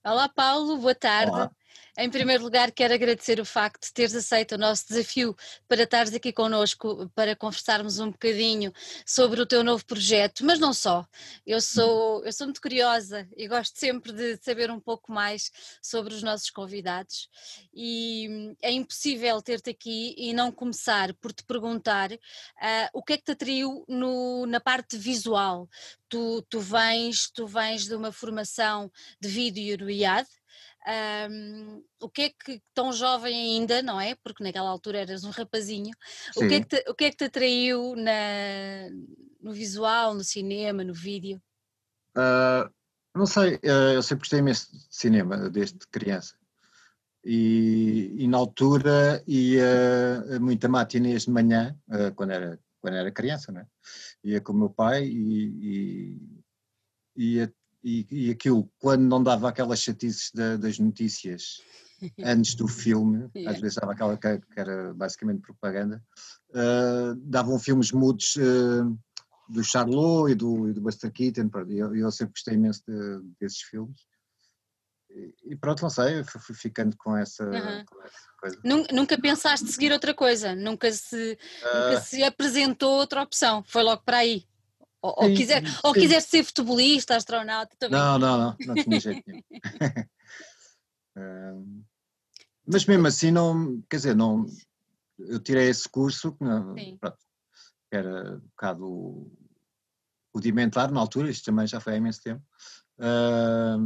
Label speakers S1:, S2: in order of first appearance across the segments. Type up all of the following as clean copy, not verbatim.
S1: Olá Paulo, boa tarde.
S2: Olá.
S1: Em primeiro lugar, quero agradecer o facto de teres aceito o nosso desafio para estares aqui connosco para conversarmos um bocadinho sobre o teu novo projeto, mas não só. Eu sou muito curiosa e gosto sempre de saber um pouco mais sobre os nossos convidados e é impossível ter-te aqui e não começar por te perguntar o que é que te atraiu na parte visual. Tu vens de uma formação de vídeo no IAD. O que é que, tão jovem ainda, não é? Porque naquela altura eras um rapazinho,
S2: Sim.
S1: o que é que te atraiu no visual, no cinema, no vídeo?
S2: Ah, não sei, eu sempre gostei imenso de cinema, desde criança. E na altura ia muito a matinês de manhã, quando era criança, né? Ia com o meu pai ia, e aquilo, quando não dava aquelas chatices das notícias antes do filme, às
S1: Yeah.
S2: vezes dava aquela que era basicamente propaganda, davam filmes mudos do Charlot e do Buster Keaton, pronto, e eu sempre gostei imenso desses filmes. E pronto, não sei, eu fui ficando com essa,
S1: Aham.
S2: com essa coisa.
S1: Nunca pensaste seguir outra coisa, nunca
S2: Ah,
S1: se apresentou outra opção, foi logo para aí.
S2: sim,
S1: Ou
S2: sim.
S1: quiseste ser futebolista, astronauta, estou a
S2: Não,
S1: brincar.
S2: não, não, não tinha jeito nenhum. Ah, mas mesmo
S1: Depois,
S2: assim, não, quer dizer, não, eu tirei esse curso, que
S1: sim.
S2: pronto, que era um bocado rudimentar na altura, isto também já foi há imenso tempo. Ah,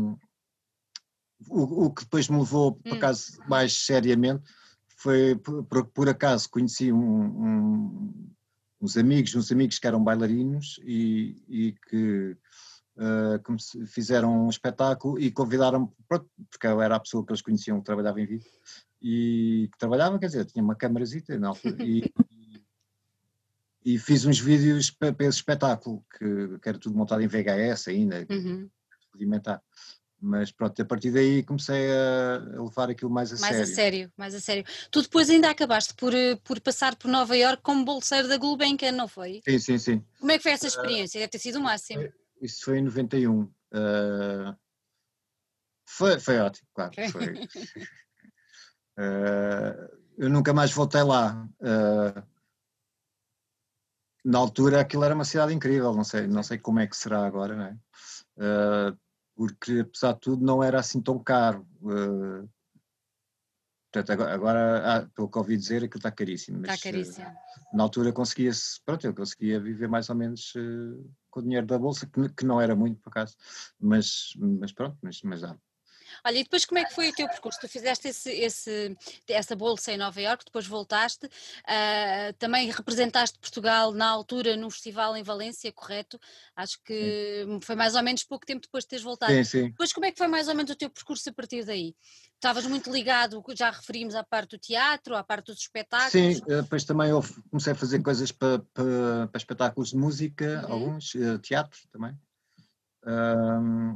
S2: o que depois me levou, por
S1: Hum,
S2: acaso, mais seriamente, foi por acaso conheci uns amigos que eram bailarinos e que fizeram um espetáculo e convidaram-me, porque eu era a pessoa que eles conheciam que trabalhava em vídeo, e que trabalhava, quer dizer, tinha uma câmarazita na altura, e fiz uns vídeos para esse espetáculo, que era tudo montado em VHS ainda,
S1: uhum.
S2: rudimentar. Mas pronto, a partir daí comecei a levar aquilo mais a
S1: Mais a
S2: sério.
S1: sério, mais a sério. Tu depois ainda acabaste por passar por Nova Iorque como bolseiro da Gulbenkian, não foi?
S2: Sim, sim, sim.
S1: Como é que foi essa experiência? Deve ter sido o máximo.
S2: Isso foi em 91. Foi ótimo, claro. Eu nunca mais voltei lá. Na altura aquilo era uma cidade incrível, não sei como é que será agora, não é? Porque apesar de tudo não era assim tão caro. Portanto, agora, pelo que ouvi dizer, aquilo está caríssimo,
S1: Está
S2: mas
S1: caríssimo.
S2: na altura conseguia-se, pronto, eu conseguia viver mais ou menos com o dinheiro da bolsa, que não era muito por acaso, mas pronto, mas dá.
S1: Olha, e depois como é que foi o teu percurso? Tu fizeste essa bolsa em Nova Iorque, depois voltaste, também representaste Portugal na altura num festival em Valência, correto? Acho
S2: Sim,
S1: que foi mais ou menos pouco tempo depois de teres voltado.
S2: sim. Sim.
S1: Depois como é que foi mais ou menos o teu percurso a partir daí? Estavas muito ligado, já referimos à parte do teatro, à parte dos
S2: Sim,
S1: espetáculos?
S2: depois também eu comecei a fazer coisas para espetáculos de música,
S1: Uhum.
S2: alguns, teatro também. Ahm,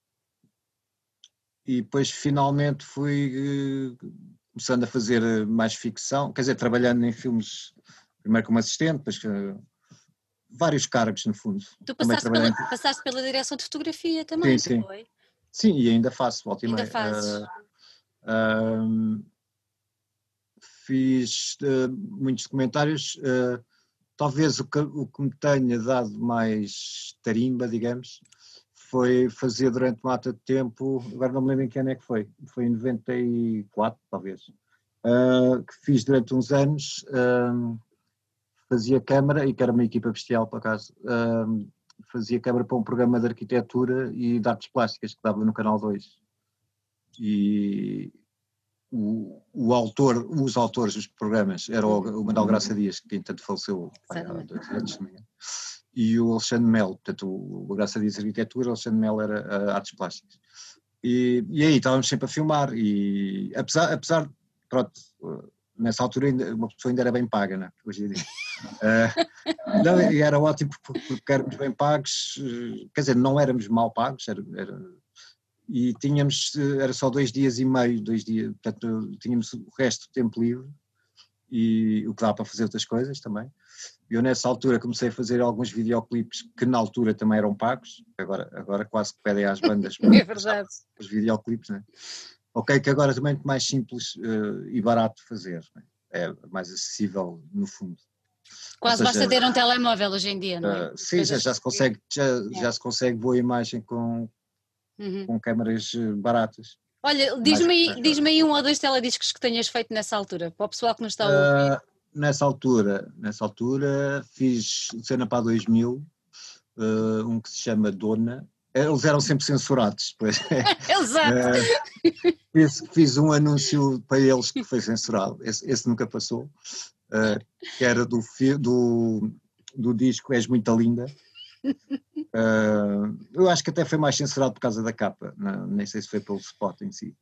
S2: e depois finalmente fui começando a fazer mais ficção, quer dizer, trabalhando em filmes, primeiro como assistente, depois vários cargos no fundo.
S1: Tu
S2: Também trabalhei.
S1: passaste pela direção de fotografia
S2: Sim,
S1: também, não
S2: sim.
S1: foi?
S2: Sim, e ainda faço, volta e
S1: Ainda
S2: meia.
S1: fazes.
S2: Ahm, Fiz muitos documentários. Talvez o que me tenha dado mais tarimba, digamos, foi fazer durante uma data de tempo, agora não me lembro em que ano é que foi em 94, talvez, que fiz durante uns anos, fazia câmara, e que era uma equipa bestial, por acaso, fazia câmara para um programa de arquitetura e de artes plásticas que dava no Canal 2. E os autores dos programas eram
S1: Uhum.
S2: o Manuel Graça Dias, que entanto faleceu há
S1: Exatamente.
S2: 2 anos, não me engano, e o Alexandre Melo, portanto o Graça Dias Arquitetura, o Alexandre Melo era Artes Plásticas. E aí estávamos sempre a filmar, e apesar pronto, nessa altura uma pessoa ainda era bem paga, né, hoje em dia. Não, e era ótimo porque éramos bem pagos, quer dizer, não éramos mal pagos, e tínhamos, era só 2 dias e meio, 2 dias, portanto tínhamos o resto do tempo livre, e o que dá para fazer outras coisas também. Eu nessa altura comecei a fazer alguns videoclipes que na altura também eram pagos, agora quase que pedem às bandas
S1: É verdade.
S2: os videoclipes, né? Ok, que agora também é muito mais simples e barato de fazer, né? É mais acessível no fundo.
S1: Quase
S2: Ou seja,
S1: basta ter um telemóvel hoje em dia, não é?
S2: sim, já se consegue, já se consegue boa imagem
S1: Uhum.
S2: com câmaras baratas.
S1: Olha,
S2: Mais,
S1: diz-me aí um ou dois telediscos que tenhas feito nessa altura, para o pessoal que nos está a ouvir.
S2: nessa altura fiz Cena para 2000, um que se chama Dona. Eles eram sempre censurados, pois.
S1: Exato.
S2: Fiz um anúncio para eles que foi censurado, esse nunca passou, que era do disco És Muito Linda. Eu acho que até foi mais censurado por causa da capa, nem sei se foi pelo spot em si.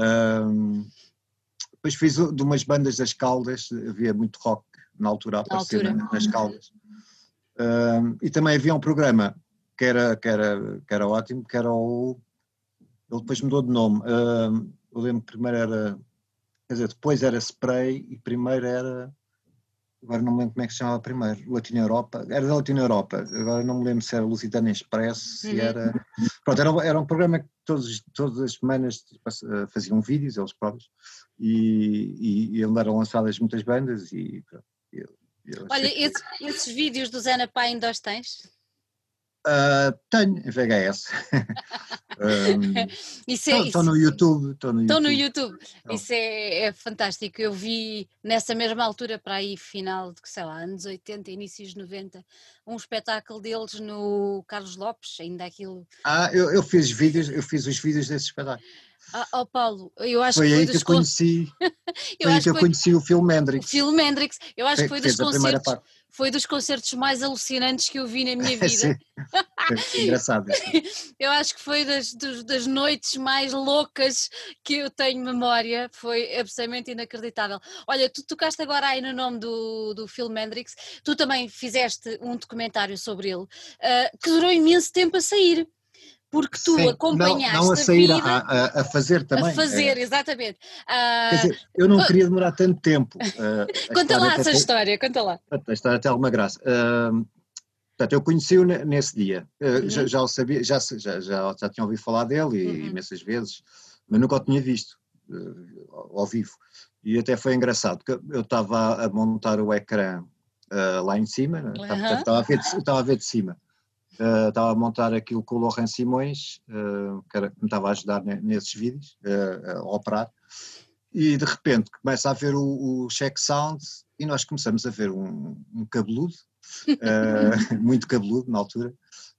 S2: Depois fiz de umas bandas das Caldas, havia muito rock na altura a aparecer nas Caldas. E também havia um programa que era ótimo, que era ele depois mudou de nome. Eu lembro que primeiro era, quer dizer, depois era Spray e primeiro era, agora não me lembro como é que se chamava primeiro, Latino Europa, era da Latino Europa, agora não me lembro se era Lusitânia Express, se era... Pronto, era um programa que todas as semanas faziam vídeos, eles próprios, e eram lançadas muitas bandas e...
S1: Olha, esses vídeos do Zé Napá ainda os tens?
S2: Tenho em VHS. Estão no YouTube.
S1: Estão no YouTube. Isso é fantástico. Eu vi nessa mesma altura, para aí, final de, sei lá, anos 80, inícios de 90, um espetáculo deles no Carlos Lopes, ainda aquilo.
S2: Eu fiz os vídeos desse espetáculo.
S1: Paulo, eu acho
S2: foi
S1: que foi
S2: aí
S1: dos
S2: que eu conheci. Foi aí que eu conheci o Phil Hendrix.
S1: O Phil Hendrix, eu acho que foi dos concertos mais alucinantes que eu vi na minha vida.
S2: Sim, engraçado.
S1: Eu acho que foi das noites mais loucas que eu tenho memória, foi absolutamente inacreditável. Olha, tu tocaste agora aí no nome do Phil Hendrix, tu também fizeste um documentário sobre ele, que durou imenso tempo a sair. Porque tu acompanhaste
S2: não a sair, a fazer também.
S1: A fazer, exatamente.
S2: Quer dizer, eu não queria demorar tanto tempo.
S1: Conta lá essa história, conta lá.
S2: A história tem alguma graça. Portanto, eu conheci-o nesse dia. Já o sabia, já tinha ouvido falar dele imensas vezes, mas nunca o tinha visto ao vivo. E até foi engraçado, porque eu estava a montar o ecrã lá em cima, né? Portanto, estava a ver de cima. Estava a montar aquilo com o Laurent Simões, que me estava a ajudar nesses vídeos, a operar, e de repente começa a ver o check sound e nós começamos a ver um cabeludo, muito cabeludo na altura,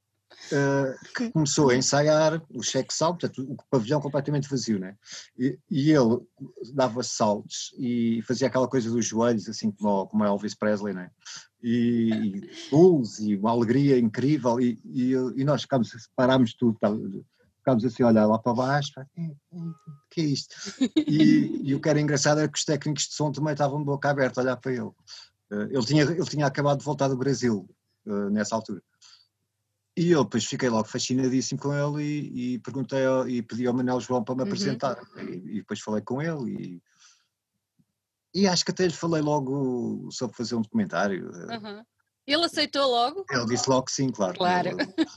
S2: que começou a ensaiar o check sound, portanto o pavilhão completamente vazio, né? E ele dava saltos e fazia aquela coisa dos joelhos, assim como Elvis Presley, né? E pulls e uma alegria incrível e nós parámos tudo, ficámos assim a olhar lá para baixo, o que é isto? E o que era engraçado era que os técnicos de som também estavam de boca aberta a olhar para ele. Ele tinha acabado de voltar do Brasil nessa altura. E eu depois fiquei logo fascinadíssimo com ele e perguntei e pedi ao Manuel João para me apresentar. E depois falei com ele e acho que até lhe falei logo sobre fazer um documentário.
S1: Ele aceitou logo?
S2: Ele disse logo que sim, claro.
S1: Claro.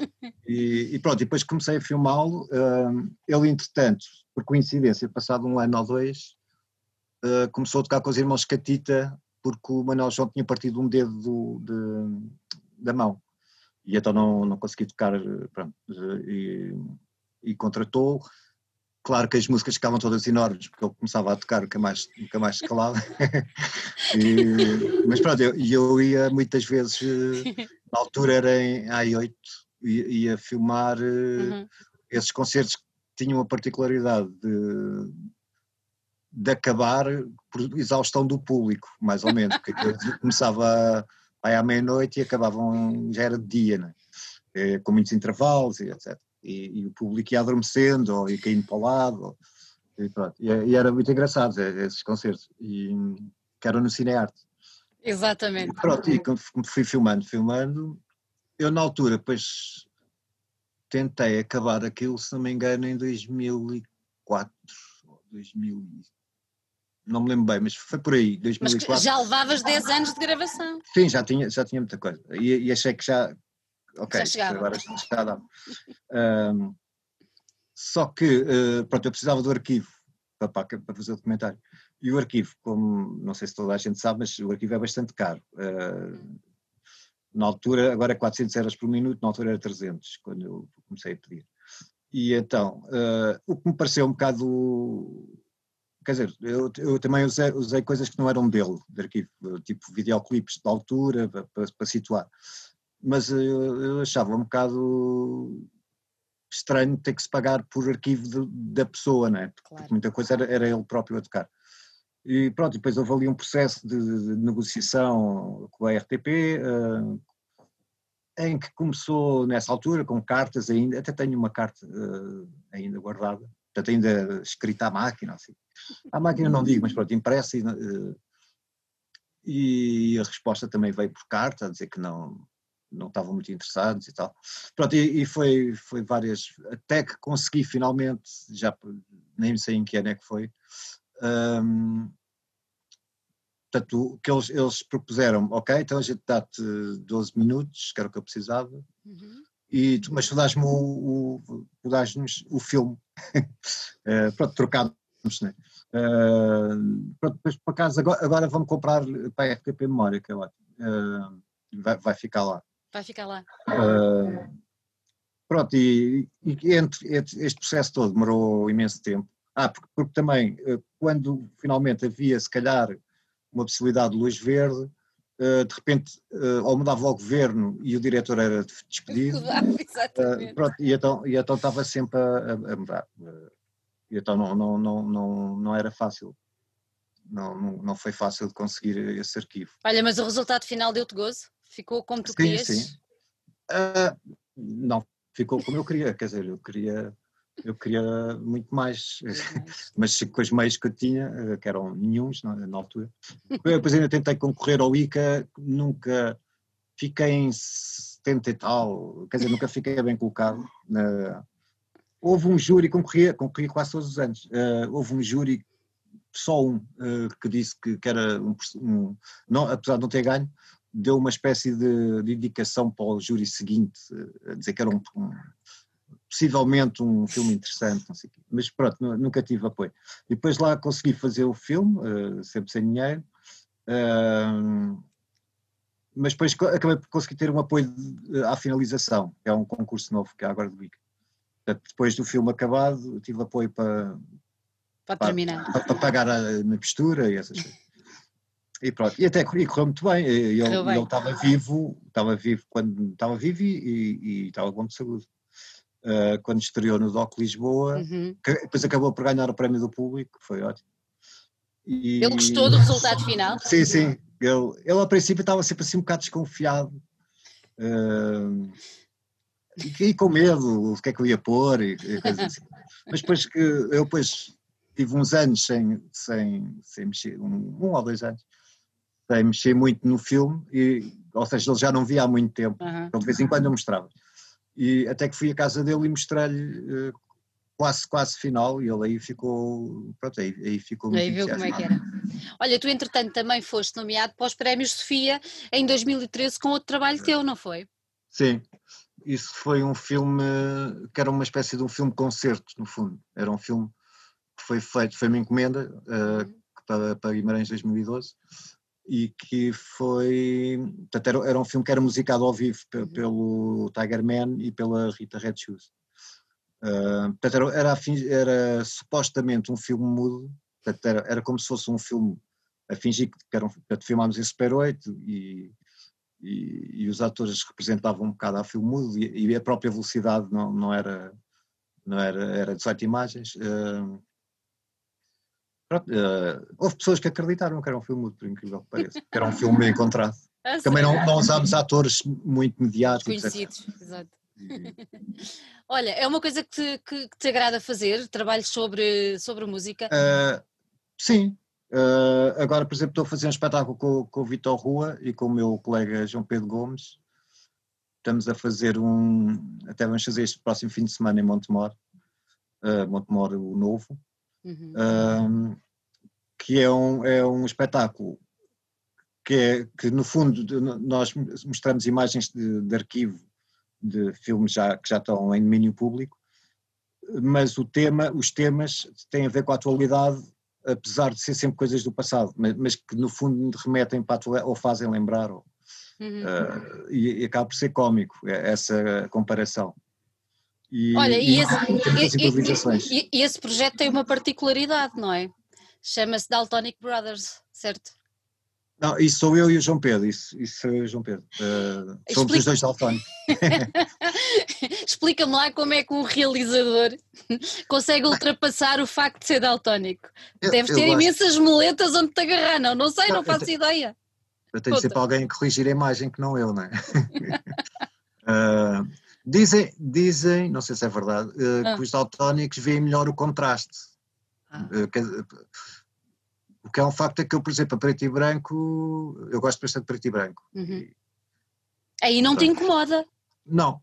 S2: E pronto, e depois comecei a filmá-lo. Ele, entretanto, por coincidência, passado um ano ou dois, começou a tocar com os irmãos Catita, porque o Manuel João tinha partido um dedo da mão. E então não consegui tocar, pronto, e contratou. Claro que as músicas ficavam todas enormes, porque ele começava a tocar nunca mais se calava. Mas pronto, eu ia muitas vezes, na altura era em AI8, ia filmar esses concertos que tinham a particularidade de acabar por exaustão do público, mais ou menos, porque eu começava à meia-noite e acabavam, já era de dia, né? Com muitos intervalos e etc. E o público ia adormecendo ou ia caindo para o lado. E era muito engraçado esses concertos, que eram no Cinearte.
S1: Exatamente.
S2: E quando fui filmando, eu na altura depois tentei acabar aquilo, se não me engano, em 2004 ou 2000. não me lembro bem, mas foi por aí,
S1: Mas
S2: 2004.
S1: já levavas 10 anos de gravação.
S2: Sim, já tinha muita coisa. E achei que já, ok,
S1: Já chegava.
S2: agora já dá. Só que, pronto, eu precisava do arquivo para fazer o documentário. E o arquivo, como não sei se toda a gente sabe, mas o arquivo é bastante caro. Na altura, agora é 400 euros por minuto, na altura era 300, quando eu comecei a pedir. E então, o que me pareceu um bocado... Quer dizer, eu também usei coisas que não eram dele, de arquivo, tipo videoclipes de altura, para situar. Mas eu achava um bocado estranho ter que se pagar por arquivo da pessoa, não é? Porque
S1: Claro.
S2: muita coisa era ele próprio a tocar. E pronto, depois houve ali um processo de negociação com a RTP, em que começou nessa altura com cartas ainda, até tenho uma carta ainda guardada, portanto ainda escrita à máquina, assim. À máquina não digo, mas pronto, impressa e a resposta também veio por carta, a dizer que não estavam muito interessados e tal. Pronto, e foi várias, até que consegui finalmente, já nem sei em que ano é que foi, portanto, o que eles propuseram, ok, então a gente dá-te 12 minutos, que era o que eu precisava, mas tu dás-nos o filme, pronto, trocámos, né? Pronto, depois por acaso agora vamos comprar para a RTP Memória, que é ótimo, vai ficar lá.
S1: Vai ficar lá.
S2: Pronto, e entre este processo todo demorou imenso tempo. Porque também, quando finalmente havia, se calhar, uma possibilidade de luz verde, de repente, ou mudava o governo e o diretor era despedido.
S1: Exatamente.
S2: Pronto, e então estava sempre a mudar. E então não era fácil. Não foi fácil de conseguir esse arquivo.
S1: Olha, mas o resultado final deu-te gozo? Ficou como tu querias?
S2: Sim. Não ficou como eu queria, quer dizer, eu queria muito mais, mas com os meios que eu tinha, que eram nenhuns na altura. Depois ainda tentei concorrer ao ICA, nunca fiquei em 70 e tal, quer dizer, nunca fiquei bem colocado. Houve um júri, concorri quase todos os anos, houve um júri, só que disse que era não, apesar de não ter ganho, deu uma espécie de indicação para o júri seguinte, a dizer que era possivelmente um filme interessante, não sei o quê. Mas pronto, nunca tive apoio. E depois lá consegui fazer o filme, sempre sem dinheiro, mas depois acabei por conseguir ter um apoio à finalização, que é um concurso novo que há agora do WIC. Depois do filme acabado, tive apoio para
S1: terminar.
S2: Para pagar na mistura e essas coisas. E pronto, e correu muito bem. Ele estava vivo quando estava vivo e estava bom de saúde. Quando estreou no DOC Lisboa, que depois acabou por ganhar o prémio do público, foi ótimo.
S1: Ele gostou do resultado final?
S2: Sim. Ele ao princípio estava sempre assim um bocado desconfiado. E com medo, o que é que eu ia pôr e coisas assim. Mas depois que eu tive uns anos sem mexer, 1 ou 2 anos, sem mexer muito no filme, ou seja, ele já não via há muito tempo, então de vez em quando eu mostrava. E até que fui à casa dele e mostrei-lhe quase final, e ele aí ficou, pronto, aí ficou muito entusiasmado.
S1: Aí viu como é que era. Olha, tu entretanto também foste nomeado para os Prémios Sofia em 2013 com outro trabalho teu, não foi?
S2: Sim. Isso foi um filme que era uma espécie de um filme-concerto, no fundo. Era um filme que foi uma encomenda para Guimarães 2012 e que foi, portanto, era um filme que era musicado ao vivo pelo Tiger Man e pela Rita Red Shoes. Portanto, era supostamente um filme mudo, portanto, era como se fosse um filme a fingir que era portanto, filmámos em Super 8 e os atores representavam um bocado a filme mudo e a própria velocidade não era 18 imagens. Houve pessoas que acreditaram que era um filme mudo, por incrível que pareça, que era um filme bem encontrado. Também não usámos atores muito mediáticos.
S1: Conhecidos, exato. Olha, é uma coisa que te agrada fazer, trabalhos sobre música?
S2: Sim. Agora, por exemplo, estou a fazer um espetáculo com o Vitor Rua e com o meu colega João Pedro Gomes. Estamos a fazer até vamos fazer este próximo fim de semana em Montemor, Montemor o Novo, que é um espetáculo que no fundo nós mostramos imagens de arquivo de filmes que já estão em domínio público, mas os temas têm a ver com a atualidade, apesar de ser sempre coisas do passado, mas que no fundo remetem para a atualidade, ou fazem lembrar, e acaba por ser cómico essa comparação.
S1: Olha,
S2: E muitas improvisações.
S1: E esse projeto tem uma particularidade, não é? Chama-se Daltonic Brothers, certo?
S2: Não, isso sou eu e o João Pedro, isso sou eu e o João Pedro. Somos os dois daltónicos.
S1: Explica-me lá como é que um realizador consegue ultrapassar o facto de ser daltónico. Deves ter imensas muletas onde te agarrar, não sei, não faço ideia.
S2: Eu tenho sempre alguém a corrigir a imagem que não eu, não é? Dizem, não sei se é verdade, que os daltónicos veem melhor o contraste. O que é um facto é que eu, por exemplo, a preto e branco, eu gosto bastante de preto e branco.
S1: Aí não te incomoda?
S2: Não.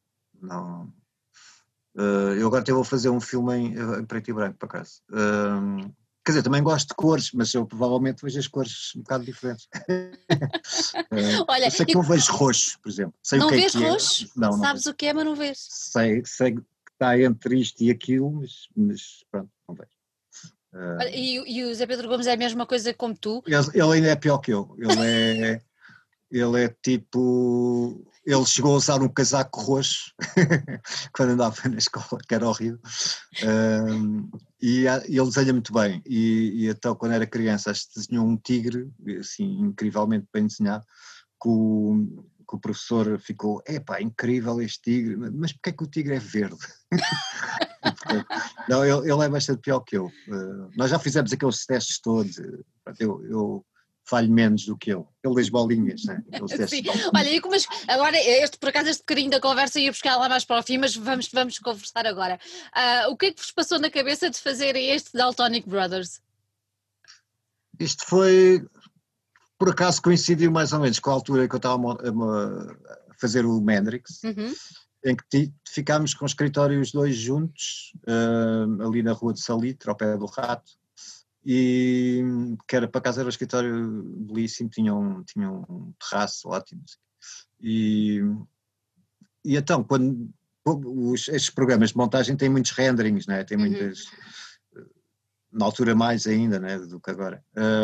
S2: Eu agora até vou fazer um filme em preto e branco, por acaso. Quer dizer, também gosto de cores, mas eu provavelmente vejo as cores um bocado diferentes.
S1: Olha,
S2: eu sei que não vejo roxo, por exemplo. Sei
S1: não
S2: o que
S1: vês
S2: é que
S1: roxo?
S2: É. Não
S1: Sabes
S2: vejo.
S1: o que é, mas não vês.
S2: Sei que está entre isto e aquilo, mas pronto, não vejo.
S1: E o Zé Pedro Gomes é a mesma coisa como tu?
S2: Ele ainda é pior que eu. Ele é tipo... Ele chegou a usar um casaco roxo quando andava na escola, que era horrível. E ele desenha muito bem. E então, quando era criança, acho que desenhou um tigre, assim, incrivelmente bem desenhado, que o professor ficou: epá, incrível este tigre, mas porquê é que o tigre é verde? Não, ele é bastante pior que eu. Nós já fizemos aqueles testes todos. Eu falho menos do que ele. Ele das bolinhas, né?
S1: Sim. Olha, agora, por acaso, este bocadinho da conversa ia buscar lá mais para o fim, mas vamos conversar agora. O que é que vos passou na cabeça de fazerem este Daltonic Brothers?
S2: Isto foi, por acaso, coincidiu mais ou menos com a altura que eu estava a fazer o Mendrix, em que ficámos com o escritório os dois juntos, ali na rua de Salitre, ao pé do Rato, e que era, para casa, era um escritório belíssimo, tinha um terraço ótimo. E então, quando estes programas de montagem têm muitos renderings, né? Tem muitas, na altura mais ainda, né, do que agora.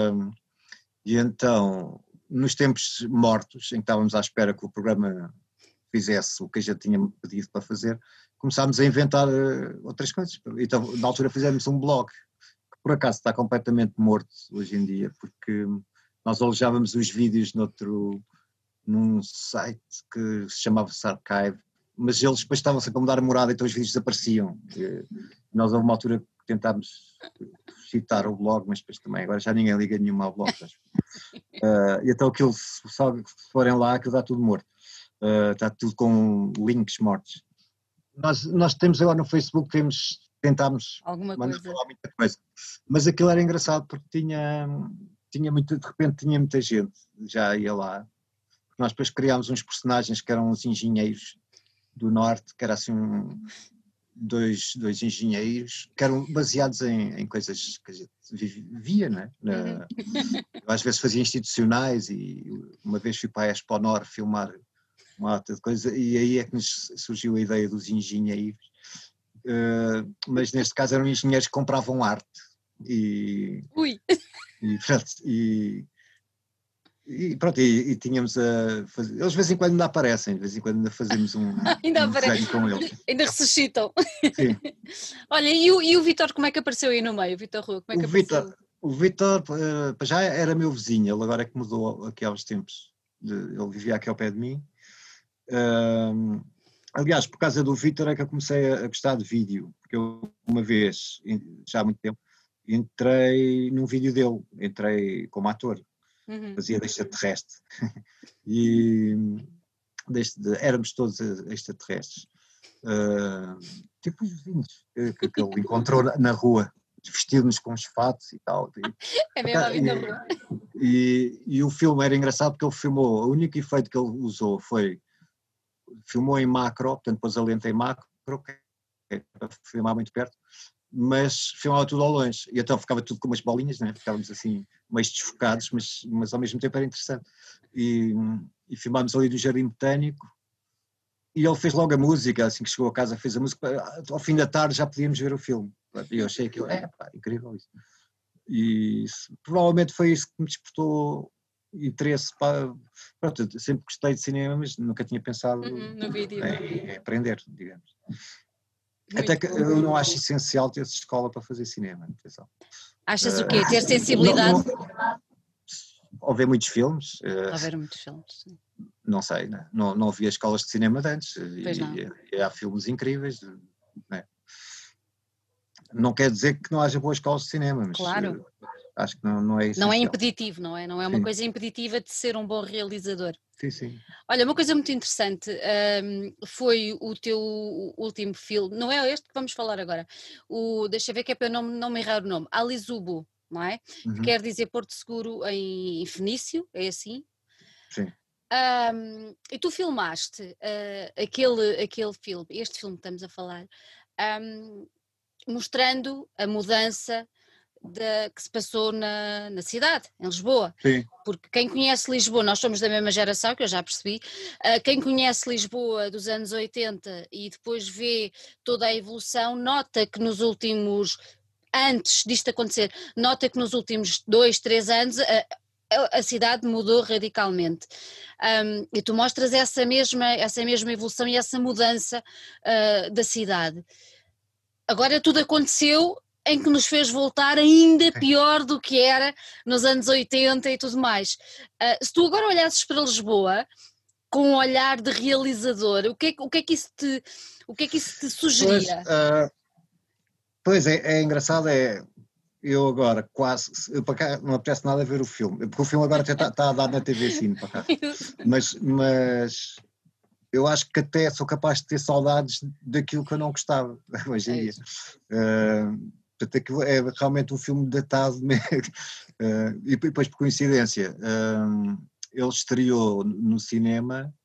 S2: E então, nos tempos mortos, em que estávamos à espera que o programa fizesse o que a gente tinha pedido para fazer, começámos a inventar outras coisas. Então, na altura fizemos um blog, que por acaso está completamente morto hoje em dia, porque nós alojávamos os vídeos num site que se chamava Archive, mas eles depois estavam-se a mudar a morada, então os vídeos desapareciam. Nós houve uma altura que tentámos citar o blog, mas depois também, agora já ninguém liga nenhuma ao blog. E então aquilo, se forem lá, aquilo está tudo morto. Está tudo com links mortos. Nós temos agora no Facebook, tentámos mandar falar muita coisa, mas aquilo era engraçado porque tinha muito, de repente tinha muita gente, já ia lá. Nós depois criámos uns personagens que eram uns engenheiros do norte, que era assim dois engenheiros, que eram baseados em coisas que a gente vivia, não é? Eu às vezes fazia institucionais e uma vez fui para a Expo Nor filmar uma data de coisa e aí é que nos surgiu a ideia dos engenheiros, mas neste caso eram engenheiros que compravam arte e pronto, e tínhamos a fazer, eles de vez em quando ainda aparecem, de vez em quando ainda fazemos um desenho com eles.
S1: Ainda ressuscitam.
S2: Sim.
S1: Olha, e o Vítor, como é que apareceu aí no meio? O Vítor Rua, como é que apareceu?
S2: O Vítor já era meu vizinho, ele agora é que mudou aqui há uns tempos, ele vivia aqui ao pé de mim. Aliás, por causa do Vítor é que eu comecei a gostar de vídeo, porque eu uma vez, já há muito tempo, entrei num vídeo dele, entrei como ator. Fazia de extraterrestre e éramos todos extraterrestres, tipo os vizinhos que ele encontrou na rua, vestidos com os fatos e tal.
S1: É mesmo a vida rua.
S2: E o filme era engraçado porque ele filmou, o único efeito que ele usou filmou em macro, portanto pôs a lente em macro, que é para filmar muito perto, mas filmava tudo ao longe, e então ficava tudo com umas bolinhas, né? Ficávamos assim meio desfocados, mas ao mesmo tempo era interessante. E filmámos ali no Jardim Botânico, e ele fez logo a música, assim que chegou a casa fez a música, ao fim da tarde já podíamos ver o filme, e eu achei aquilo, pá, incrível isso. E isso, provavelmente foi isso que me despertou interesse para, pronto, eu sempre gostei de cinema, mas nunca tinha pensado
S1: no vídeo.
S2: em aprender, digamos.
S1: Muito
S2: Até que
S1: bom.
S2: eu não acho essencial ter escola para fazer cinema, atenção.
S1: Achas o quê? Ter sensibilidade?
S2: Ao ver muitos filmes,
S1: Ao ver muitos filmes, sim.
S2: não sei, né? Não havia escolas de cinema de antes,
S1: Pois não.
S2: e há filmes incríveis, né? Não quer dizer que não haja boas escolas de cinema, mas
S1: Claro.
S2: acho que não é essencial.
S1: Não é impeditivo, não é? Não é uma
S2: Sim.
S1: coisa impeditiva de ser um bom realizador.
S2: Sim, sim.
S1: Olha, uma coisa muito interessante foi o teu último filme, não é este que vamos falar agora, deixa eu ver que é para eu não me errar o nome, Ali Zubu, não é? Que quer dizer Porto Seguro em fenício, é assim?
S2: Sim.
S1: E tu filmaste aquele filme, este filme que estamos a falar, mostrando a mudança que se passou na cidade, em Lisboa.
S2: Sim.
S1: Porque quem conhece Lisboa, nós somos da mesma geração, que eu já percebi, quem conhece Lisboa dos anos 80 e depois vê toda a evolução, nota que antes disto acontecer, nota que nos últimos 2, 3 anos a cidade mudou radicalmente. E tu mostras essa mesma evolução e essa mudança da cidade. Agora tudo aconteceu em que nos fez voltar ainda pior do que era nos anos 80 e tudo mais. Se tu agora olhasses para Lisboa com um olhar de realizador, o que é que isso te sugeria?
S2: Pois é engraçado, eu agora quase, para cá não apetece nada ver o filme, porque o filme agora até está a dar na TV Cine para cá, mas eu acho que até sou capaz de ter saudades daquilo que eu não gostava hoje em dia. Portanto, aquilo é realmente um filme datado, e depois por coincidência, ele estreou no cinema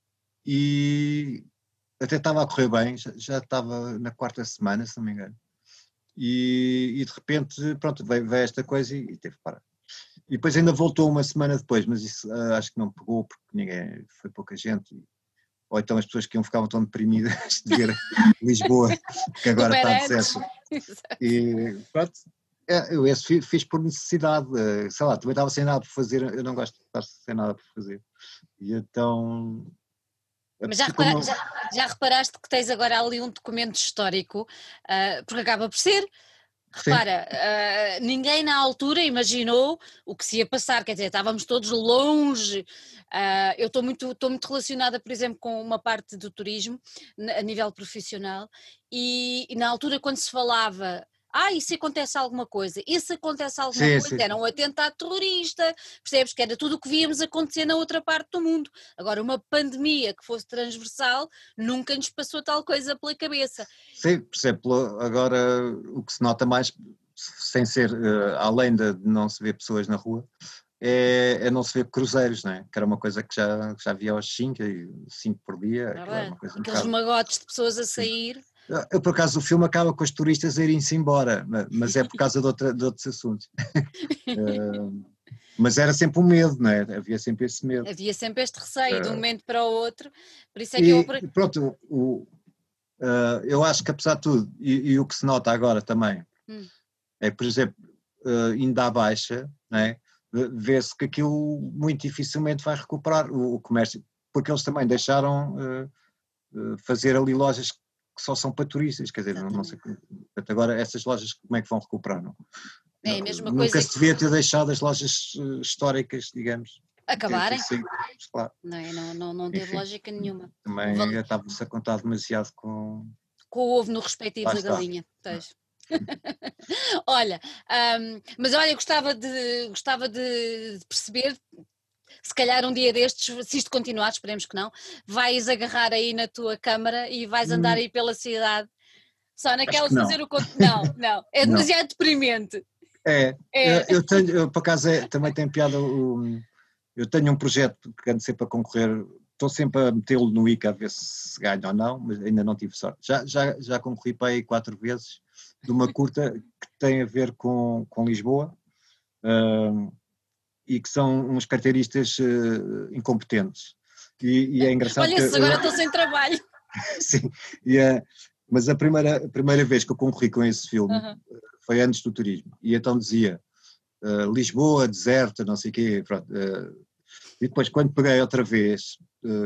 S2: e até estava a correr bem, já estava na 4ª semana, se não me engano, e de repente, pronto, veio esta coisa e teve que parar. E depois ainda voltou uma semana depois, mas isso acho que não pegou porque foi pouca gente. Ou então as pessoas que ficavam tão deprimidas de ver Lisboa, que agora está deserto. E pronto, eu esse fiz por necessidade, sei lá, também estava sem nada por fazer, eu não gosto de estar sem nada por fazer. E então...
S1: Mas já reparaste que tens agora ali um documento histórico, porque acaba por ser... Repara, ninguém na altura imaginou o que se ia passar, quer dizer, estávamos todos longe. Eu estou muito relacionada, por exemplo, com uma parte do turismo, a nível profissional, e na altura quando se falava, e se acontece alguma coisa, era um atentado terrorista, percebes que era tudo o que víamos acontecer na outra parte do mundo. Agora, uma pandemia que fosse transversal, nunca nos passou tal coisa pela cabeça.
S2: Sim, percebo, agora o que se nota mais, sem ser, além de não se ver pessoas na rua, é não se ver cruzeiros, não é? Que era uma coisa que já havia aos 5 por dia.
S1: Era uma coisa aqueles magotes de pessoas a sair.
S2: Eu, por acaso, o filme acaba com os turistas a irem-se embora, mas é por causa de outros assuntos. Mas era sempre um medo, não é? Havia sempre esse medo.
S1: Havia sempre este receio de um momento para o outro, por isso é que
S2: pronto, eu acho que apesar de tudo, e o que se nota agora também, é, por exemplo, ainda à baixa, não é? Vê-se que aquilo muito dificilmente vai recuperar o comércio, porque eles também deixaram fazer ali lojas que só são para turistas, quer dizer, não sei, agora essas lojas como é que vão recuperar, não?
S1: É a mesma
S2: Nunca
S1: coisa
S2: se devia ter deixado as lojas históricas, digamos,
S1: acabarem,
S2: claro.
S1: Não teve lógica nenhuma.
S2: Também estava-se a contar demasiado com
S1: o ovo no respectivo da galinha. Olha, mas olha, gostava de perceber, se calhar um dia destes, se isto continuar, esperemos que não, vais agarrar aí na tua câmara e vais andar aí pela cidade, só naquela de fazer o... Não, é demasiado deprimente.
S2: Eu por acaso também tenho piada, eu tenho um projeto que ando sempre a concorrer, estou sempre a metê-lo no ICA a ver se ganho ou não, mas ainda não tive sorte. Já concorri para aí 4 vezes de uma curta que tem a ver com Lisboa, e que são uns carteiristas incompetentes. E é engraçado
S1: Olha,
S2: que...
S1: esses agora estão sem trabalho.
S2: Sim, mas a primeira vez que eu concorri com esse filme foi antes do turismo, e então dizia Lisboa, deserta, não sei o quê, pronto, e depois quando peguei outra vez,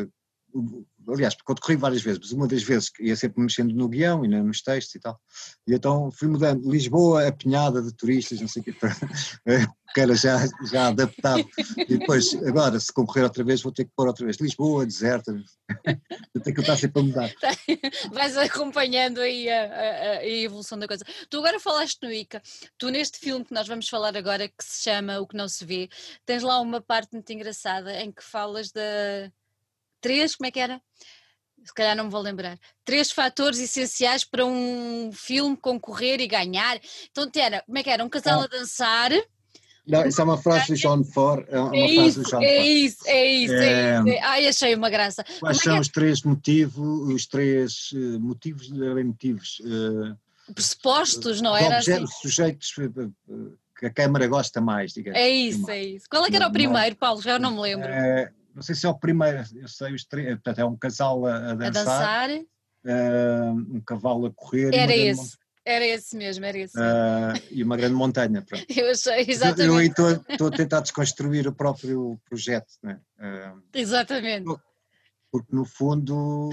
S2: aliás, quando corri várias vezes, mas uma das vezes ia sempre mexendo no guião e nos textos e tal, e então fui mudando, Lisboa apinhada de turistas, não sei o quê, que era já adaptado, e depois, agora, se concorrer outra vez, vou ter que pôr outra vez, Lisboa, deserta, eu tenho que estar sempre a mudar.
S1: Vais acompanhando aí a evolução da coisa. Tu agora falaste no Ica, tu neste filme que nós vamos falar agora, que se chama O que não se vê, tens lá uma parte muito engraçada em que falas de 3, como é que era? Se calhar não me vou lembrar. 3 fatores essenciais para um filme concorrer e ganhar. Então era, como é que era? Um casal a dançar.
S2: Não, isso é uma frase do John Ford, é
S1: É
S2: uma frase do
S1: isso,
S2: John
S1: é
S2: Ford.
S1: isso, é isso, é isso. Ai, achei uma graça.
S2: Quais são os três motivos, motivos,
S1: Pressupostos, não
S2: os
S1: era assim?
S2: objetos, sujeitos que a Câmara gosta mais, digamos.
S1: É isso, é isso. Qual é que era o primeiro, Paulo? Já não me lembro.
S2: Não sei se é o primeiro, eu sei os três, portanto é um casal a
S1: A
S2: dançar,
S1: dançar.
S2: um cavalo a correr
S1: Era esse. Era esse mesmo, era esse mesmo.
S2: E uma grande montanha. Pronto.
S1: Eu achei,
S2: Eu
S1: exatamente.
S2: estou a tentar desconstruir o próprio projeto, né?
S1: Exatamente.
S2: Porque no fundo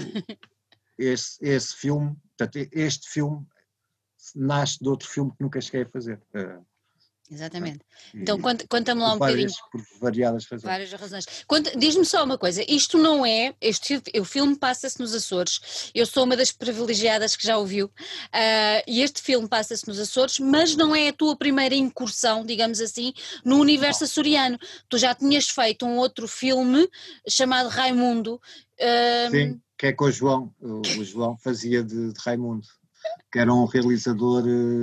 S2: esse filme, portanto, este filme nasce de outro filme que nunca cheguei a fazer.
S1: Exatamente. Então conta-me lá um bocadinho.
S2: Por variadas razões.
S1: Várias razões. Diz-me só uma coisa, isto não é, o filme passa-se nos Açores, eu sou uma das privilegiadas que já o viu, e este filme passa-se nos Açores, mas não é a tua primeira incursão, digamos assim, no universo açoriano. Tu já tinhas feito um outro filme chamado Raimundo.
S2: Sim, que é com o João. O João fazia de Raimundo, que era um realizador...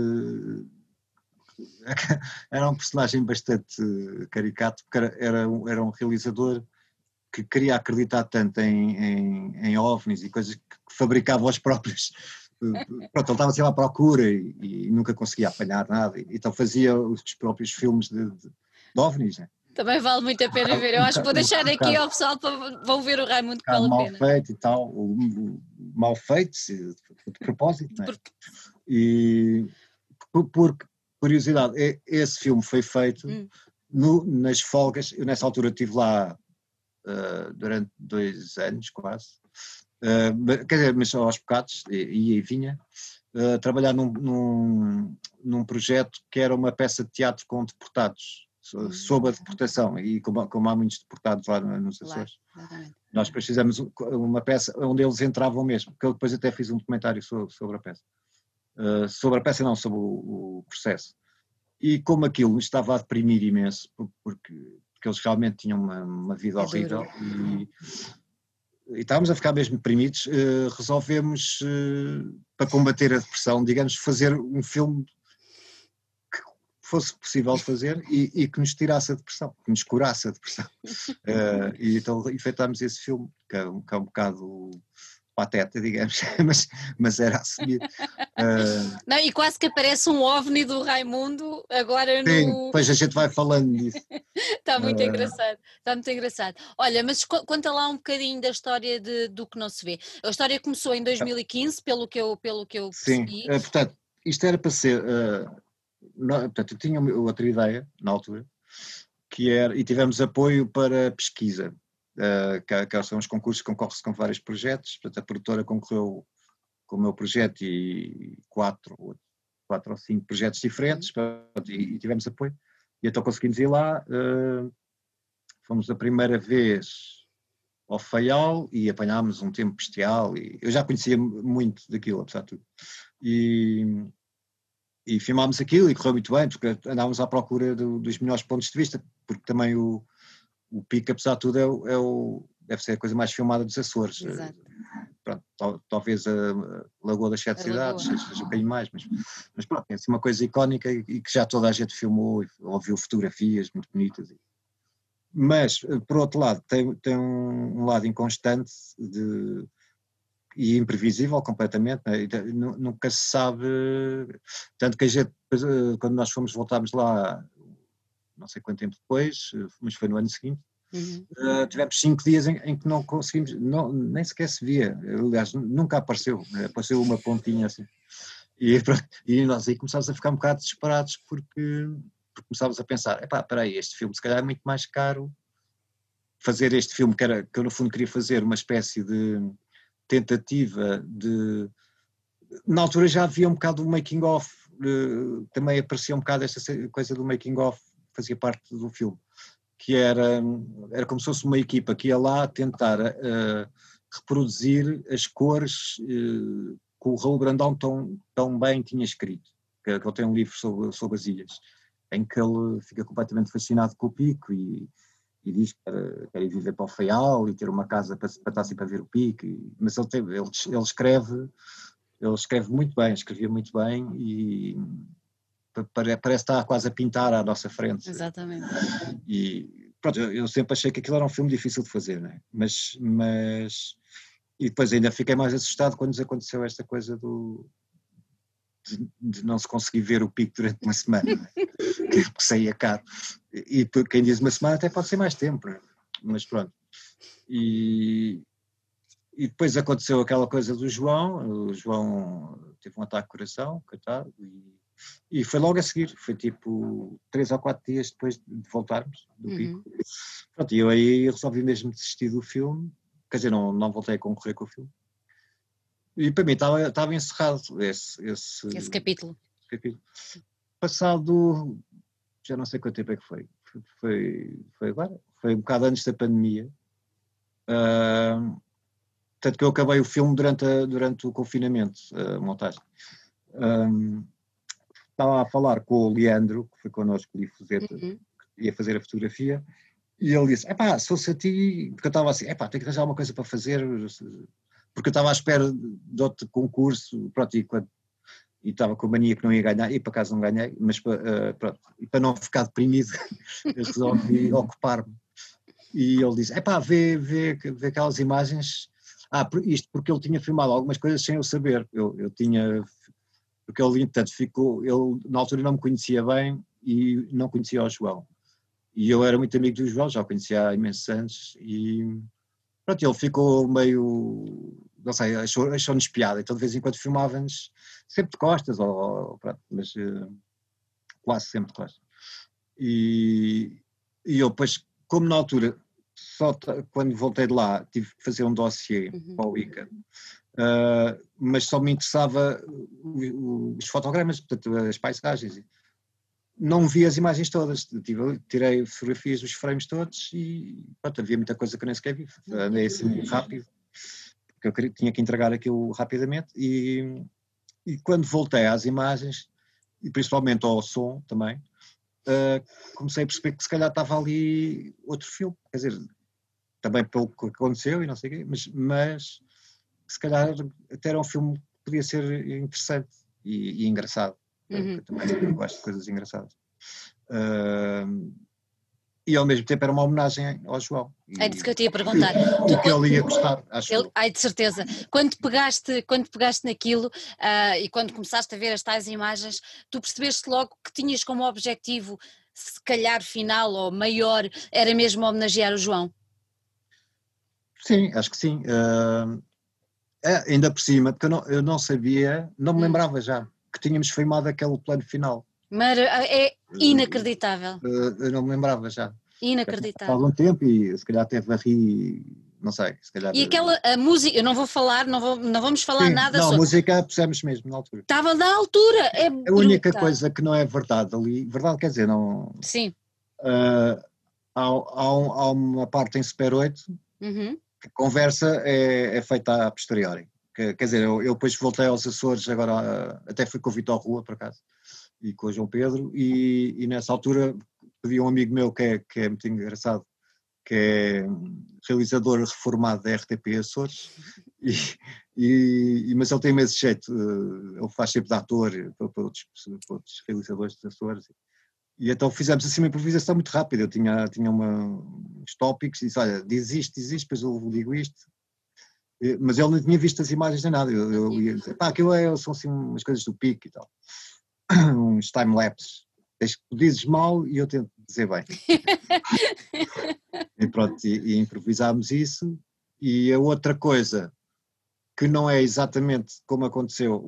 S2: era um personagem bastante caricato, porque era um realizador que queria acreditar tanto em OVNIs e coisas que fabricava os próprios. Pronto, ele estava sempre à procura e nunca conseguia apanhar nada, então fazia os próprios filmes de OVNIs, né?
S1: Também vale muito a pena ver, eu acho que vou deixar aqui ao pessoal para vão ver o Raimundo, que vale a
S2: mal
S1: pena.
S2: feito e tal, mal feito, de propósito, né? E por curiosidade, esse filme foi feito nas folgas, eu nessa altura estive lá durante 2 anos quase, quer dizer, mas só aos bocados, ia e vinha, trabalhar num projeto que era uma peça de teatro com deportados, sobre a deportação, e como há muitos deportados lá nos Açores. Nós depois fizemos uma peça onde eles entravam mesmo, que eu depois até fiz um documentário sobre a peça. Sobre a peça não, sobre o processo. E como aquilo me estava a deprimir imenso, porque eles realmente tinham uma vida horrível e estávamos a ficar mesmo deprimidos, resolvemos, para combater a depressão, digamos, fazer um filme que fosse possível fazer e que nos tirasse a depressão, que nos curasse a depressão. E então efetuámos esse filme, que é um bocado pateta, digamos, mas era assumir.
S1: Não, e quase que aparece um OVNI do Raimundo agora
S2: Sim,
S1: no...
S2: depois a gente vai falando disso.
S1: Está muito engraçado, está muito engraçado. Olha, mas conta lá um bocadinho da história do que não se vê. A história começou em 2015, pelo que eu percebi.
S2: Sim, portanto, isto era para ser... portanto, eu tinha outra ideia, na altura, que era, e tivemos apoio para pesquisa, que são os concursos que concorre-se com vários projetos, portanto a produtora concorreu com o meu projeto e 4 ou 5 projetos diferentes, e tivemos apoio, e então conseguimos ir lá, fomos a primeira vez ao Faial e apanhámos um tempo bestial, e eu já conhecia muito daquilo, apesar de tudo, e filmámos aquilo e correu muito bem, porque andávamos à procura dos melhores pontos de vista, porque também o Pico, apesar de tudo, deve ser a coisa mais filmada dos Açores.
S1: Exato.
S2: Pronto, talvez a Lagoa das Sete Cidades seja um bocadinho mais, mas pronto, é assim uma coisa icónica e que já toda a gente filmou, ou viu fotografias muito bonitas. Mas, por outro lado, tem um lado inconstante e imprevisível completamente, né? Nunca se sabe, tanto que a gente, quando nós voltámos lá, não sei quanto tempo depois, mas foi no ano seguinte, tivemos 5 dias em que não conseguimos, nem sequer se via, aliás, nunca apareceu uma pontinha assim, e nós aí começámos a ficar um bocado desesperados porque começámos a pensar, espera aí, este filme se calhar é muito mais caro, fazer este filme que eu no fundo queria fazer uma espécie de tentativa de... Na altura já havia um bocado do making of, também aparecia um bocado esta coisa do making of, fazia parte do filme, que era como se fosse uma equipa que ia lá tentar reproduzir as cores que o Raul Brandão tão bem tinha escrito, que ele tem um livro sobre as ilhas, em que ele fica completamente fascinado com o Pico e diz que quer ir viver para o Faial e ter uma casa para estar sempre a ver o Pico, mas ele escreve muito bem, escrevia muito bem e parece estar quase a pintar à nossa frente.
S1: Exatamente.
S2: E pronto, eu sempre achei que aquilo era um filme difícil de fazer, né? Mas e depois ainda fiquei mais assustado quando nos aconteceu esta coisa de não se conseguir ver o Pico durante uma semana, né? que saía caro. E quem diz uma semana até pode ser mais tempo, né? Mas pronto. E depois aconteceu aquela coisa do João, o João teve um ataque de coração, coitado, e foi logo a seguir, foi tipo 3 ou 4 dias depois de voltarmos do Pico. Pronto, e eu aí resolvi mesmo desistir do filme, quer dizer, não voltei a concorrer com o filme. E para mim estava encerrado esse
S1: capítulo.
S2: Passado, já não sei quanto tempo é que foi agora, foi um bocado antes da pandemia. Tanto que eu acabei o filme durante o confinamento, a montagem. Estava a falar com o Leandro, que foi connosco, que ia fazer a fotografia, e ele disse, se fosse a ti, porque eu estava assim, tenho que arranjar uma coisa para fazer, porque eu estava à espera de outro concurso, pronto, e estava com a mania que não ia ganhar, e por acaso não ganhei, mas pronto, e para não ficar deprimido, eu resolvi ocupar-me. E ele disse, vê aquelas imagens, isto porque ele tinha filmado algumas coisas sem eu saber, eu tinha, porque ele, portanto, ele na altura não me conhecia bem e não conhecia o João. E eu era muito amigo do João, já o conhecia há imensos anos, e pronto, ele ficou meio, não sei, achou-nos piada, então de vez em quando filmava-nos sempre de costas, pronto, mas quase sempre de costas. E eu depois, como na altura, só quando voltei de lá, tive que fazer um dossiê para o ICA, mas só me interessava os fotogramas, portanto, as paisagens. Não vi as imagens todas, tirei fotografias dos frames todos e pronto, havia muita coisa que eu nem sequer vi, andei assim rápido, porque eu tinha que entregar aquilo rapidamente e quando voltei às imagens, e principalmente ao som também, comecei a perceber que se calhar estava ali outro filme, quer dizer, também pelo que aconteceu e não sei o quê, mas se calhar até era um filme que podia ser interessante e engraçado. Eu também gosto de coisas engraçadas. E ao mesmo tempo era uma homenagem ao João.
S1: É disso que eu te ia perguntar.
S2: Que ele ia gostar, acho eu.
S1: Ai, de certeza. Quando pegaste naquilo e quando começaste a ver as tais imagens, tu percebeste logo que tinhas como objetivo, se calhar final ou maior, era mesmo homenagear o João?
S2: Sim, acho que sim. Ainda por cima, porque eu não sabia, não me lembrava já que tínhamos filmado aquele plano final.
S1: Mas é inacreditável.
S2: Eu não me lembrava já.
S1: Inacreditável.
S2: Há algum tempo e se calhar teve a rir, não sei, se calhar...
S1: E a música, eu não vou falar, não vamos falar nada
S2: sobre...
S1: Não,
S2: a música pusemos mesmo na altura.
S1: Estava na altura, é
S2: a única coisa que não é verdade ali, verdade quer dizer, não...
S1: Sim.
S2: Há uma parte em Super 8 que a conversa é feita a posteriori. Quer dizer, eu depois voltei aos Açores, agora até fui com o Vitor Rua, por acaso, e com o João Pedro, e nessa altura pedi a um amigo meu que é muito engraçado, que é realizador reformado da RTP Açores, mas ele tem imenso jeito, ele faz sempre de ator para outros realizadores dos Açores, e então fizemos assim uma improvisação muito rápida, eu tinha uns tópicos e disse, olha, diz isto, depois eu digo isto, Mas ele não tinha visto as imagens nem nada. Eu ia dizer, pá, aquilo são assim umas coisas do pico e tal. Uns time-lapses. Tu dizes mal e eu tento dizer bem. E pronto, e improvisámos isso. E a outra coisa, que não é exatamente como aconteceu,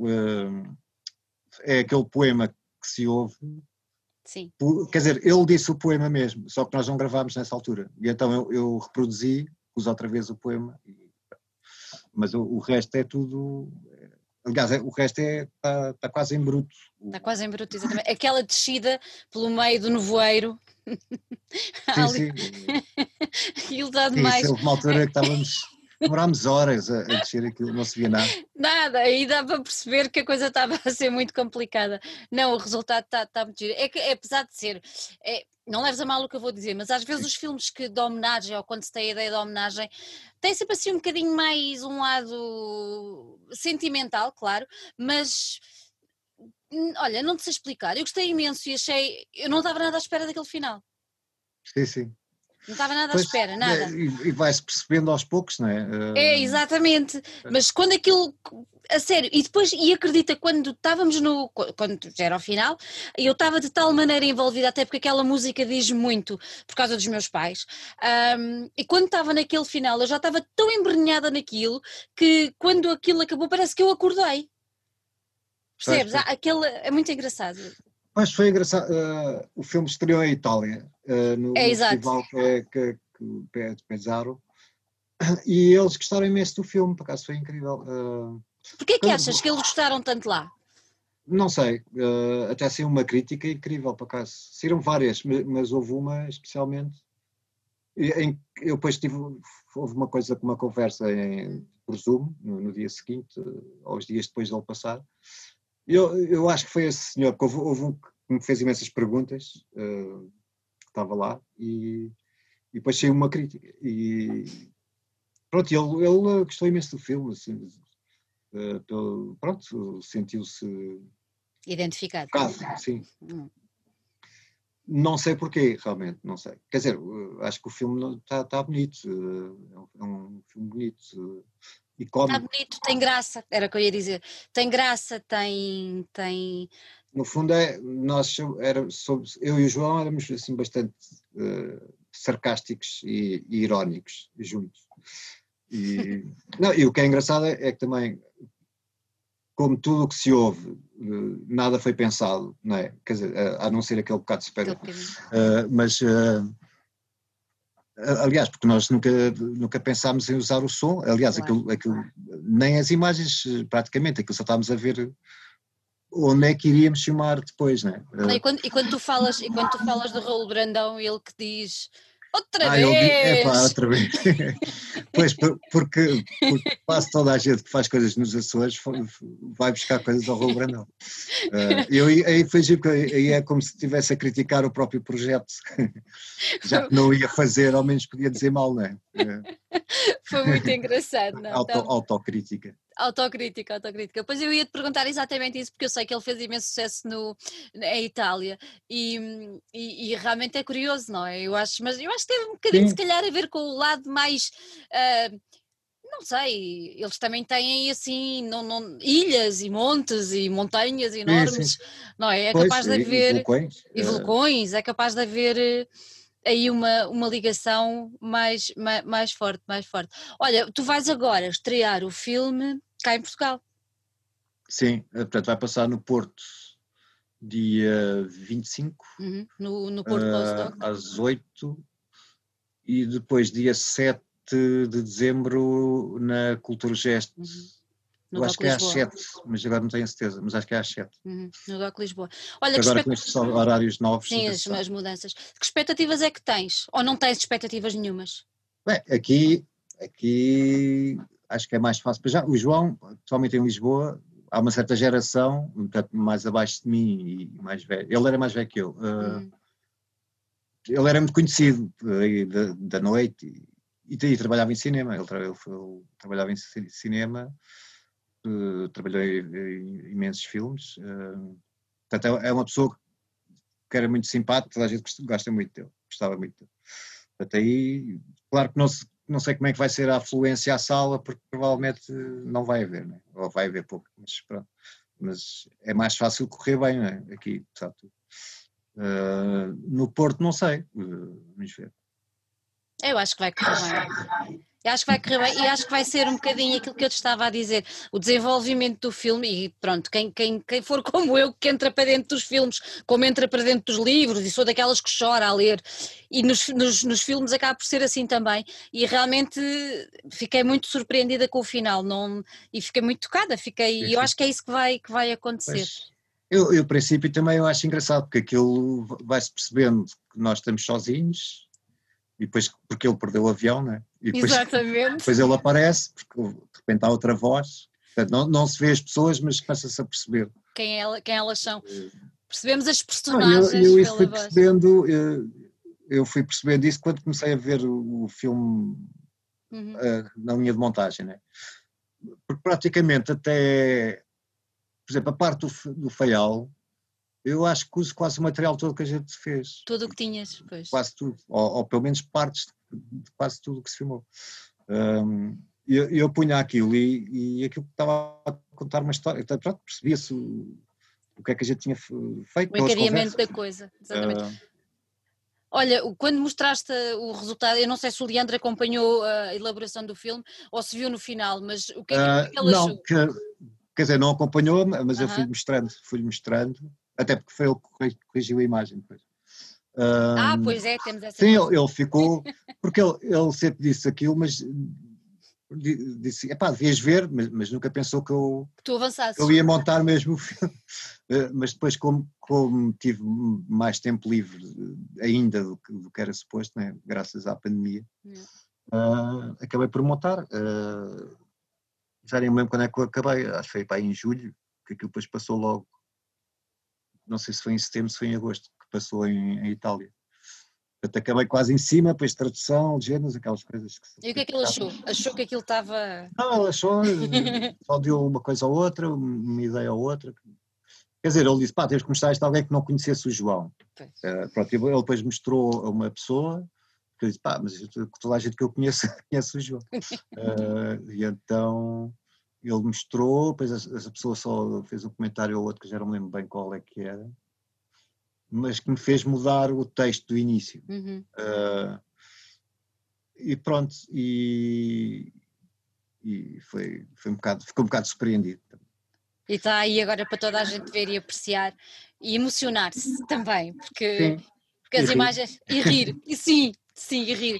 S2: é aquele poema que se ouve.
S1: Sim.
S2: Quer dizer, ele disse o poema mesmo, só que nós não gravámos nessa altura. E então eu reproduzi, pus outra vez o poema, mas o resto é tudo. Aliás, o resto está quase em bruto.
S1: Está quase em bruto, exatamente. Aquela descida pelo meio do nevoeiro.
S2: Sim, sim.
S1: Aquilo está
S2: Isso,
S1: demais.
S2: houve uma altura que demorámos horas a descer aquilo, não se via nada.
S1: Nada, aí dá para perceber que a coisa estava a ser muito complicada. Não, o resultado está muito giro. É que, apesar de ser, não leves a mal o que eu vou dizer, mas às vezes os filmes que de homenagem, ou quando se tem a ideia de homenagem, têm sempre assim um bocadinho mais um lado sentimental, claro, mas olha, não te sei explicar. Eu gostei imenso e achei. Eu não estava nada à espera daquele final.
S2: Sim, sim.
S1: Não estava nada à
S2: Pois,
S1: espera, nada.
S2: e vai-se percebendo aos poucos, não é?
S1: Exatamente, mas quando aquilo, a sério, e acredita, quando estávamos quando já era ao final, eu estava de tal maneira envolvida, até porque aquela música diz muito, por causa dos meus pais, e quando estava naquele final, eu já estava tão embrenhada naquilo, que quando aquilo acabou, parece que eu acordei,
S2: Pois,
S1: percebes?
S2: pois.
S1: Aquele, é muito engraçado.
S2: Mas foi engraçado, o filme estreou em Itália,
S1: É
S2: no
S1: exato.
S2: festival que é de Pesaro, e eles gostaram imenso do filme, por acaso foi incrível.
S1: Porquê que achas que eles gostaram tanto lá?
S2: Não sei, até saiu uma crítica incrível, por acaso. Saíram várias, mas houve uma especialmente. Eu depois houve uma coisa, uma conversa por Zoom, no dia seguinte, aos dias depois de ele passar. Eu acho que foi esse senhor, que houve um que me fez imensas perguntas, que estava lá, e depois saiu uma crítica. E pronto, ele gostou imenso do filme, assim, pronto, sentiu-se
S1: Identificado.
S2: tocado, sim. Não sei porquê, realmente, não sei. Quer dizer, acho que o filme está bonito, é um filme bonito, e
S1: Está
S2: cómico.
S1: bonito, tem graça, era o que eu ia dizer. Tem graça, tem.
S2: No fundo, eu e o João éramos assim, bastante sarcásticos e irónicos juntos. E o que é engraçado é que também, como tudo o que se ouve, nada foi pensado, não é? Quer dizer, a não ser aquele bocado super. Mas, aliás, porque nós nunca pensámos em usar o som, aliás,
S1: Claro.
S2: aquilo, nem as imagens, praticamente, aquilo só estávamos a ver onde é que iríamos filmar depois, não é?
S1: E quando tu falas do Raul Brandão, ele que diz outra
S2: Ele diz, epá,
S1: vez!
S2: outra vez. Pois, porque quase toda a gente que faz coisas nos Açores vai buscar coisas ao Raul Brandão. Aí foi giro, porque aí é como se estivesse a criticar o próprio projeto, já que não ia fazer, ao menos podia dizer mal, não é?
S1: Foi muito engraçado, não?
S2: Autocrítica.
S1: Autocrítica. Pois eu ia te perguntar exatamente isso, porque eu sei que ele fez imenso sucesso em Itália e realmente é curioso, não é? Mas eu acho que teve um bocadinho, se
S2: Sim,
S1: calhar, a ver com o lado mais. Não sei, eles também têm assim ilhas e montes e montanhas
S2: sim.
S1: enormes, não é? É
S2: Pois,
S1: capaz de
S2: e
S1: haver,
S2: vulcões.
S1: e vulcões, é capaz de haver aí uma ligação mais forte, mais forte. Olha, tu vais agora estrear o filme cá em Portugal.
S2: Sim, portanto vai passar no Porto dia 25,
S1: No Porto Postdoc.
S2: às 8, e depois dia 7 de dezembro na Cultura Gesto.
S1: No
S2: Eu acho
S1: DOC
S2: que é às
S1: Lisboa.
S2: 7, mas agora não tenho a certeza, mas acho que é às 7.
S1: No DOC Lisboa. Olha,
S2: Porque agora com estes horários novos
S1: sim,
S2: nunca se sabe.
S1: as mudanças. Que expectativas é que tens? Ou não tens expectativas nenhumas?
S2: Bem, aqui acho que é mais fácil. Já, o João, pessoalmente em Lisboa, há uma certa geração, um bocado mais abaixo de mim e mais velho. Ele era mais velho que eu. Ele era muito conhecido da noite e trabalhava em cinema. Ele trabalhava em cinema, trabalhou em imensos filmes. Portanto, é uma pessoa que era muito simpática, toda a gente gosta muito dele, gostava muito dele. Portanto, aí, claro que não sei como é que vai ser a afluência à sala, porque provavelmente não vai haver, né? Ou vai haver pouco, mas pronto. Mas é mais fácil correr bem, não é? Aqui, sabe tudo. No Porto não sei, vamos ver.
S1: Eu acho que vai correr bem. Eu acho que vai correr bem e acho que vai ser um bocadinho aquilo que eu te estava a dizer, o desenvolvimento do filme e pronto, quem for como eu, que entra para dentro dos filmes, como entra para dentro dos livros e sou daquelas que chora a ler e nos filmes acaba por ser assim também e realmente fiquei muito surpreendida com o final e fiquei muito tocada, e eu acho que é isso que vai acontecer.
S2: Pois, eu, a princípio também eu acho engraçado, porque aquilo vai-se percebendo que nós estamos sozinhos e depois porque ele perdeu o avião, né? E depois,
S1: Exatamente.
S2: depois ele aparece, porque de repente há outra voz, portanto, não se vê as pessoas, mas começa-se a perceber.
S1: Quem elas são. Percebemos as
S2: Não,
S1: personagens
S2: eu isso
S1: pela
S2: fui
S1: voz.
S2: percebendo, eu fui percebendo isso quando comecei a ver o filme na linha de montagem, né? Porque praticamente até, por exemplo, a parte do Faial, eu acho que uso quase o material todo que a gente fez.
S1: Tudo o que tinhas, pois.
S2: Quase tudo, ou pelo menos partes de quase tudo o que se filmou. Eu punha aquilo e aquilo que estava a contar uma história, então, pronto, percebia-se o que é que a gente tinha feito.
S1: O encadeamento da coisa, exatamente. Olha, quando mostraste o resultado, eu não sei se o Leandro acompanhou a elaboração do filme ou se viu no final, mas o que é que ele achou?
S2: Não, quer dizer, não acompanhou, mas eu fui-lhe mostrando, até porque foi ele que corrigiu a imagem depois.
S1: Pois é, temos essa.
S2: Sim, ele ficou, porque ele sempre disse aquilo, mas disse, epá, devias ver, mas nunca pensou que
S1: tu avançasses.
S2: Eu ia montar mesmo o filme. Mas depois, como tive mais tempo livre ainda do que era suposto, né, graças à pandemia, acabei por montar. Já nem me lembro quando é que eu acabei, acho que foi para aí em julho, que aquilo depois passou logo, não sei se foi em setembro, se foi em agosto, que passou em Itália. Portanto, acabei quase em cima, depois tradução, legendas, aquelas coisas que...
S1: E o que é que ele achou? Achou que aquilo estava...
S2: Não, ele achou, só deu uma coisa ou outra, uma ideia ou outra. Quer dizer, ele disse, pá, temos que mostrar isto a alguém que não conhecesse o João. Pronto, ele depois mostrou a uma pessoa, que disse, pá, mas toda a gente que eu conheço, conhece o João. E então ele mostrou, depois essa pessoa só fez um comentário ou outro, que já não me lembro bem qual é que era, mas que me fez mudar o texto do início. E pronto, e ficou um bocado surpreendido.
S1: E está aí agora para toda a gente ver e apreciar e emocionar-se também, porque as imagens... E rir, e sim, e rir.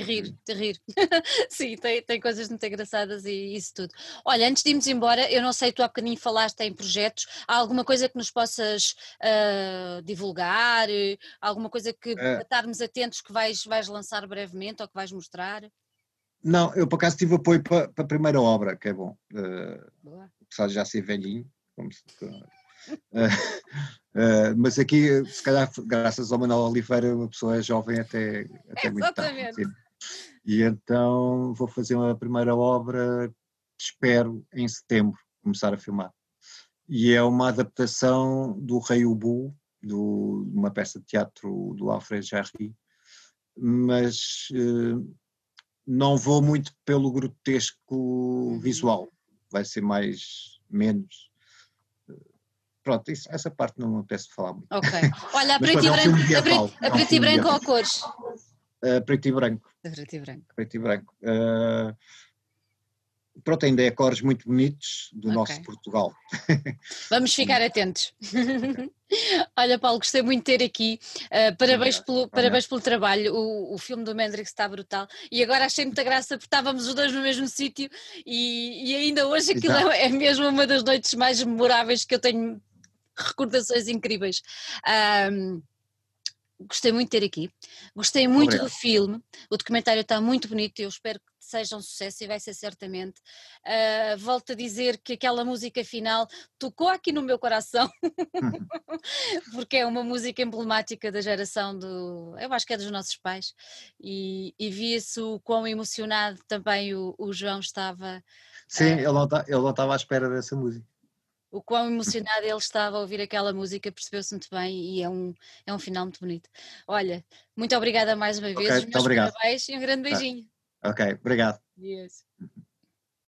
S1: Sim, tem coisas muito engraçadas e isso tudo. Olha, antes de irmos embora, eu não sei, tu há bocadinho falaste em projetos, há alguma coisa que nos possas divulgar, alguma coisa que para estarmos atentos que vais lançar brevemente ou que vais mostrar?
S2: Não, eu por acaso tive apoio para a primeira obra, que é bom. Apesar de já ser velhinho, mas aqui, se calhar, graças ao Manuel Oliveira, uma pessoa é jovem até muito tarde. E então vou fazer uma primeira obra, espero, em setembro, começar a filmar. E é uma adaptação do Rei Ubu, de uma peça de teatro do Alfred Jarry, mas não vou muito pelo grotesco visual, vai ser menos. Pronto, essa parte não me apetece falar muito.
S1: Ok. Olha, a preto e branco ou cores?
S2: Preto e branco. Preto e branco. Pronto, ainda é cores muito bonitos do nosso Portugal.
S1: Vamos ficar atentos. Olha, Paulo, gostei muito de ter aqui. Parabéns pelo trabalho. O filme do Mendrix está brutal. E agora achei muita graça porque estávamos os dois no mesmo sítio e ainda hoje aquilo é mesmo uma das noites mais memoráveis que eu tenho, recordações incríveis. Gostei muito de ter aqui, gostei muito do filme, o documentário está muito bonito, eu espero que seja um sucesso e vai ser certamente. Volto a dizer que aquela música final tocou aqui no meu coração, porque é uma música emblemática da geração eu acho que é dos nossos pais, e via-se o quão emocionado também o João estava.
S2: Sim, ele não estava à espera dessa música.
S1: O quão emocionado ele estava a ouvir aquela música, percebeu-se muito bem e é um final muito bonito. Olha, muito obrigada mais uma vez, os meus parabéns e um grande beijinho.
S2: Ok, obrigado.
S1: Yes.